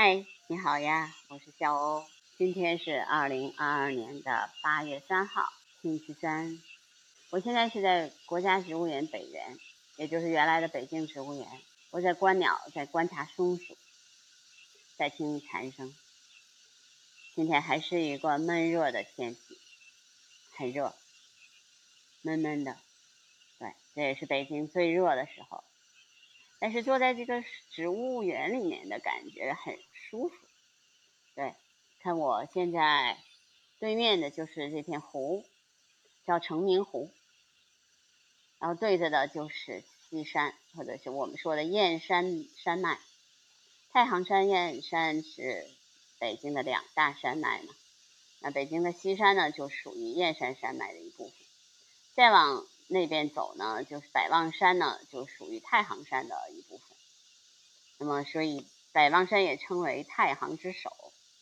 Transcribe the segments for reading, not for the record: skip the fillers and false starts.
嗨，你好呀，我是小欧。今天是2022年的8月3号，星期三。我现在是在国家植物园北园，也就是原来的北京植物园。我在观鸟，在观察松鼠，在听蝉声。今天还是一个闷热的天气，很热，闷闷的。对，这也是北京最热的时候。但是坐在这个植物园里面的感觉很舒服。对，看我现在对面的就是这片湖，叫成明湖，然后对着的就是西山，或者是我们说的燕山山脉。太行山、燕山是北京的两大山脉嘛，那北京的西山呢，就属于燕山山脉的一部分。再往那边走呢，就是百望山呢，就属于太行山的一部分。那么，所以百望山也称为太行之首。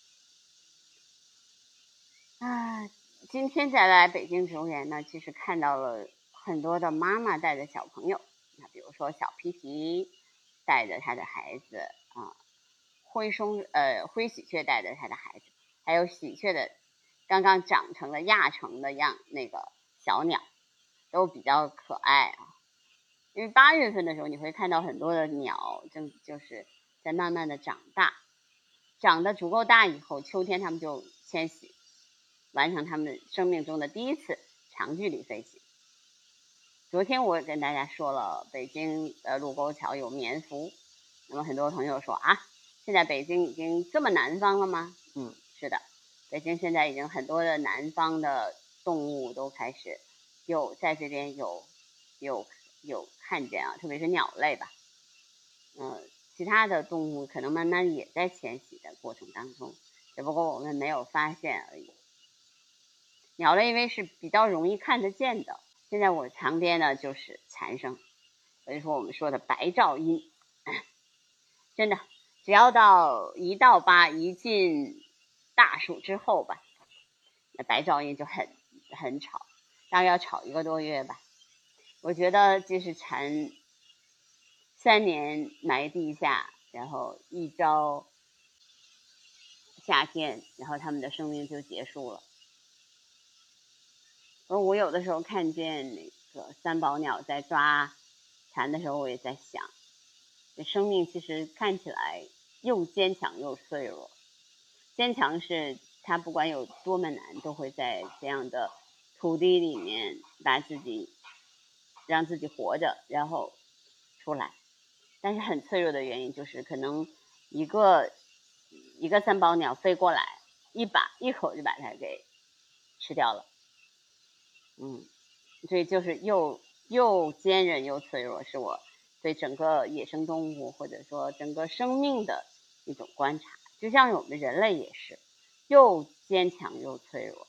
今天再来北京植物园呢，其实看到了很多的妈妈带着小朋友，那比如说小皮皮带着他的孩子啊，灰喜鹊带着他的孩子，还有喜鹊的刚刚长成了亚成的那个小鸟，都比较可爱啊。因为8月份的时候，你会看到很多的鸟就是在慢慢的长大，长得足够大以后，秋天它们就迁徙，完成他们生命中的第一次长距离飞行。昨天我跟大家说了，北京的卢沟桥有棉蝠，那么很多朋友说啊，现在北京已经这么南方了吗？是的，北京现在已经很多的南方的动物都开始在这边有看见啊，特别是鸟类吧。其他的动物可能慢慢也在迁徙的过程当中，只不过我们没有发现而已。鸟类因为是比较容易看得见的，现在我旁边呢就是蝉声，所以说我们说的白噪音，真的只要一到8一进大暑之后吧，那白噪音就很吵，大概要吵1个多月吧。我觉得这是蝉3年埋地下，然后一朝夏天，然后它们的生命就结束了。我有的时候看见那个三宝鸟在抓蝉的时候，我也在想，这生命其实看起来又坚强又脆弱。坚强是它不管有多么难，都会在这样的土地里面让自己活着，然后出来。但是很脆弱的原因就是可能一个三宝鸟飞过来，一口就把它给吃掉了。所以就是又坚韧又脆弱，是我对整个野生动物或者说整个生命的一种观察。就像我们人类也是又坚强又脆弱。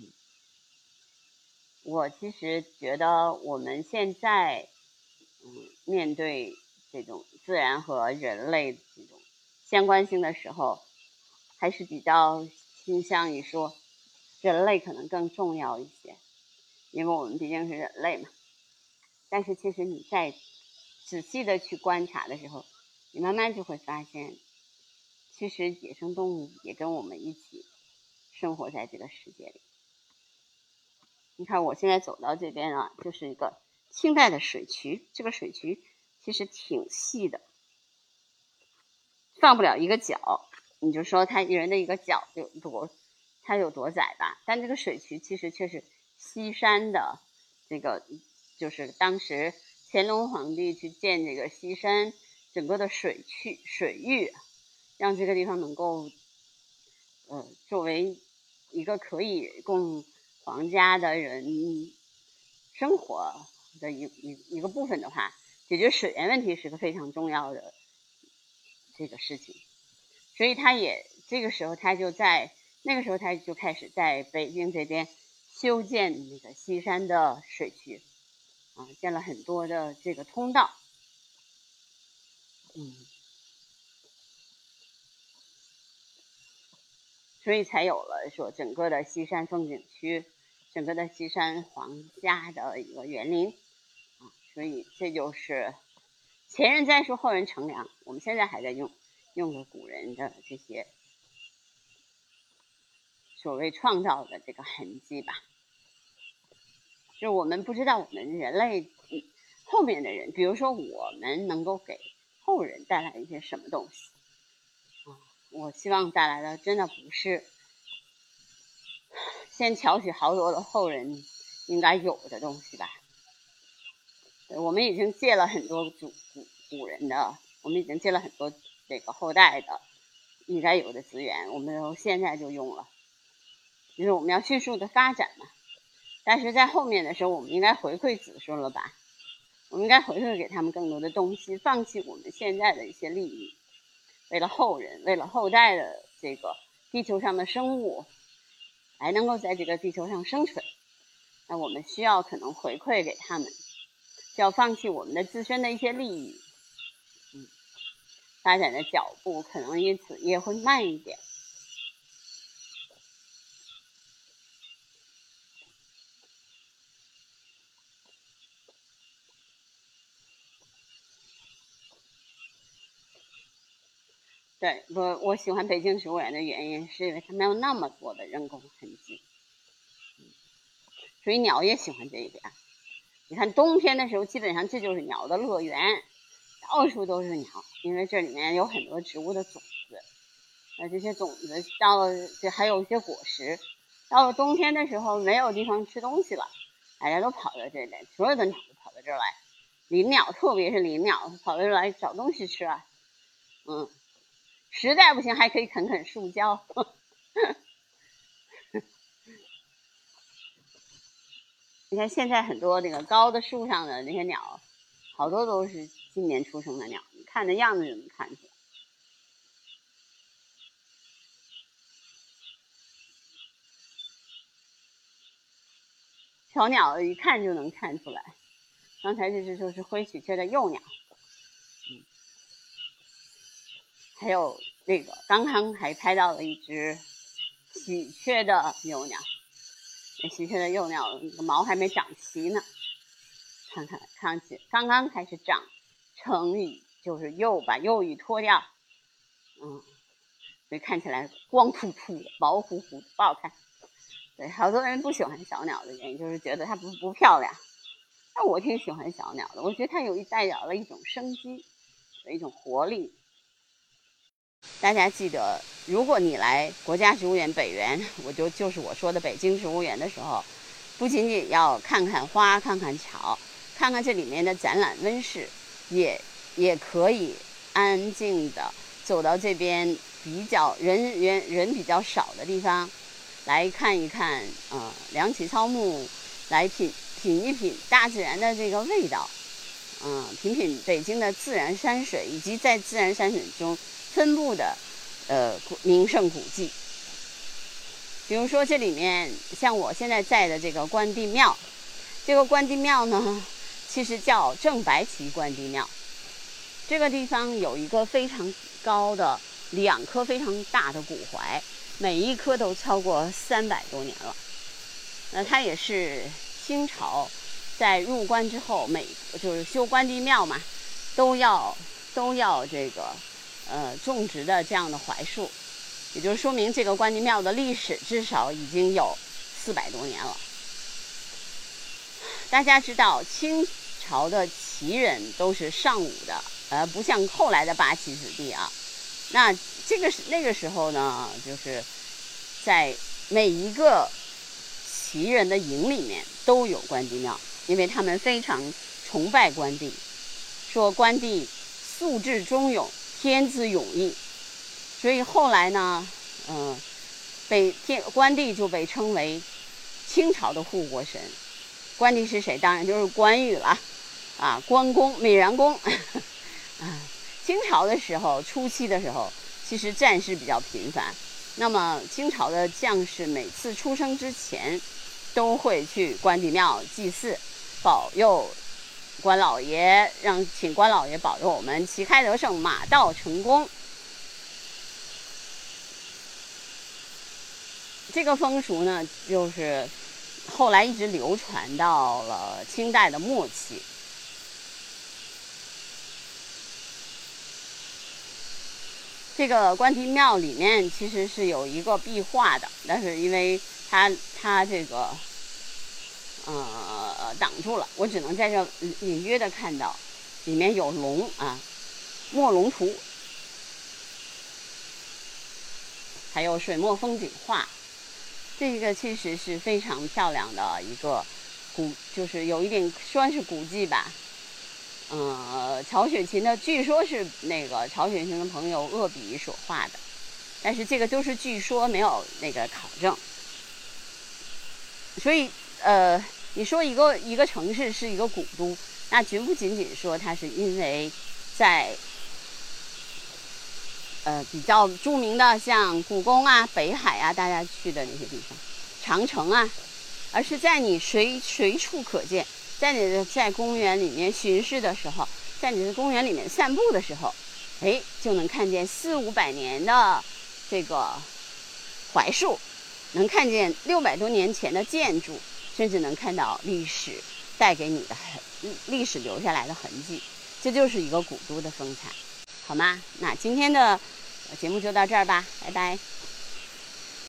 我其实觉得我们现在面对这种自然和人类这种相关性的时候，还是比较倾向于说人类可能更重要一些，因为我们毕竟是人类嘛。但是其实你在仔细的去观察的时候，你慢慢就会发现，其实野生动物也跟我们一起生活在这个世界里。你看我现在走到这边啊，就是一个清代的水渠，这个水渠其实挺细的，放不了一个脚，你就说它人的一个脚它有多窄吧。但这个水渠其实却是西山的这个，就是当时乾隆皇帝去建这个西山整个的水域，让这个地方能够作为一个可以供皇家的人生活的一个部分的话，解决水源问题是个非常重要的这个事情。所以这个时候他就开始在北京这边修建那个西山的水渠建了很多的这个通道。所以才有了说整个的西山风景区，整个的西山皇家的一个园林所以这就是前人栽树后人乘凉，我们现在还在用， 用个古人的这些所谓创造的这个痕迹吧。就是我们不知道我们人类后面的人，比如说我们能够给后人带来一些什么东西。我希望带来的真的不是先巧取豪夺的后人应该有的东西吧。我们已经借了很多古人的，我们已经借了很多这个后代的应该有的资源，我们现在就用了，就是我们要迅速的发展嘛。但是在后面的时候，我们应该回馈子孙了吧？我们应该回馈给他们更多的东西，放弃我们现在的一些利益，为了后人，为了后代的这个地球上的生物还能够在这个地球上生存，那我们需要可能回馈给他们，需要放弃我们的自身的一些利益，发展的脚步可能因此也会慢一点。对，我喜欢北京植物园的原因是因为它没有那么多的人工痕迹，所以鸟也喜欢这一点。你看冬天的时候，基本上这就是鸟的乐园，到处都是鸟，因为这里面有很多植物的种子，那这些种子到了，这还有一些果实，到了冬天的时候没有地方吃东西了，大家都跑到这里，所有的鸟都跑到这儿来，林鸟特别是林鸟跑到这儿来找东西吃啊，实在不行还可以啃啃树胶。你看现在很多那个高的树上的那些鸟，好多都是今年出生的鸟，你看这样子就能看出来。小鸟一看就能看出来，刚才这只就是灰喜鹊的幼鸟，还有那个刚刚还拍到了一只喜鹊的幼鸟，喜鹊的幼鸟那个毛还没长齐呢，看起刚刚开始长，成羽就是又把幼羽脱掉，所以看起来光秃秃的、毛乎乎的，不好看。对，好多人不喜欢小鸟的原因就是觉得它不漂亮，但我挺喜欢小鸟的，我觉得它代表了一种生机，有一种活力。大家记得，如果你来国家植物园北园，就是我说的北京植物园的时候，不仅仅要看看花、看看草、看看这里面的展览温室，也可以安静的走到这边比较人比较少的地方，来看一看梁启超墓，来品一品大自然的这个味道，品品北京的自然山水，以及在自然山水中分布的名胜古迹。比如说这里面像我现在在的这个关帝庙，这个关帝庙呢其实叫正白旗关帝庙。这个地方有一个非常高的2颗非常大的骨槐，每一颗都超过300多年了。那它也是清朝在入关之后，就是修关帝庙嘛，都要这个种植的这样的槐树，也就是说明这个关帝庙的历史至少已经有400多年了。大家知道清朝的旗人都是尚武的，不像后来的八旗子弟啊。那那个时候呢，就是在每一个旗人的营里面都有关帝庙，因为他们非常崇拜关帝，说关帝素质忠勇，天资勇毅，所以后来呢，关帝就被称为清朝的护国神。关帝是谁？当然就是关羽了，关公、美髯公。清朝的时候，初期的时候，其实战事比较频繁。那么清朝的将士每次出生之前，都会去关帝庙祭祀，保佑关老爷，请关老爷保佑我们旗开得胜，马到成功。这个风俗呢，就是后来一直流传到了清代的末期。 这个关帝庙里面其实是有一个壁画的，但是因为它这个挡住了，我只能在这隐约的看到里面有龙啊，墨龙图，还有水墨风景画。这个其实是非常漂亮的一个就是有一点算是古迹吧。曹雪芹的据说是那个曹雪芹的朋友恶笔所画的，但是这个都是据说，没有那个考证。所以你说一个城市是一个古都，那绝不仅仅说它是因为在比较著名的像故宫啊、北海啊，大家去的那些地方，长城啊，而是在你随处可见，在你在公园里面巡视的时候，在你的公园里面散步的时候，就能看见400-500年的这个槐树，能看见600多年前的建筑，甚至能看到历史带给你的历史留下来的痕迹，这就是一个古都的风采，好吗？那今天的节目就到这儿吧，拜拜。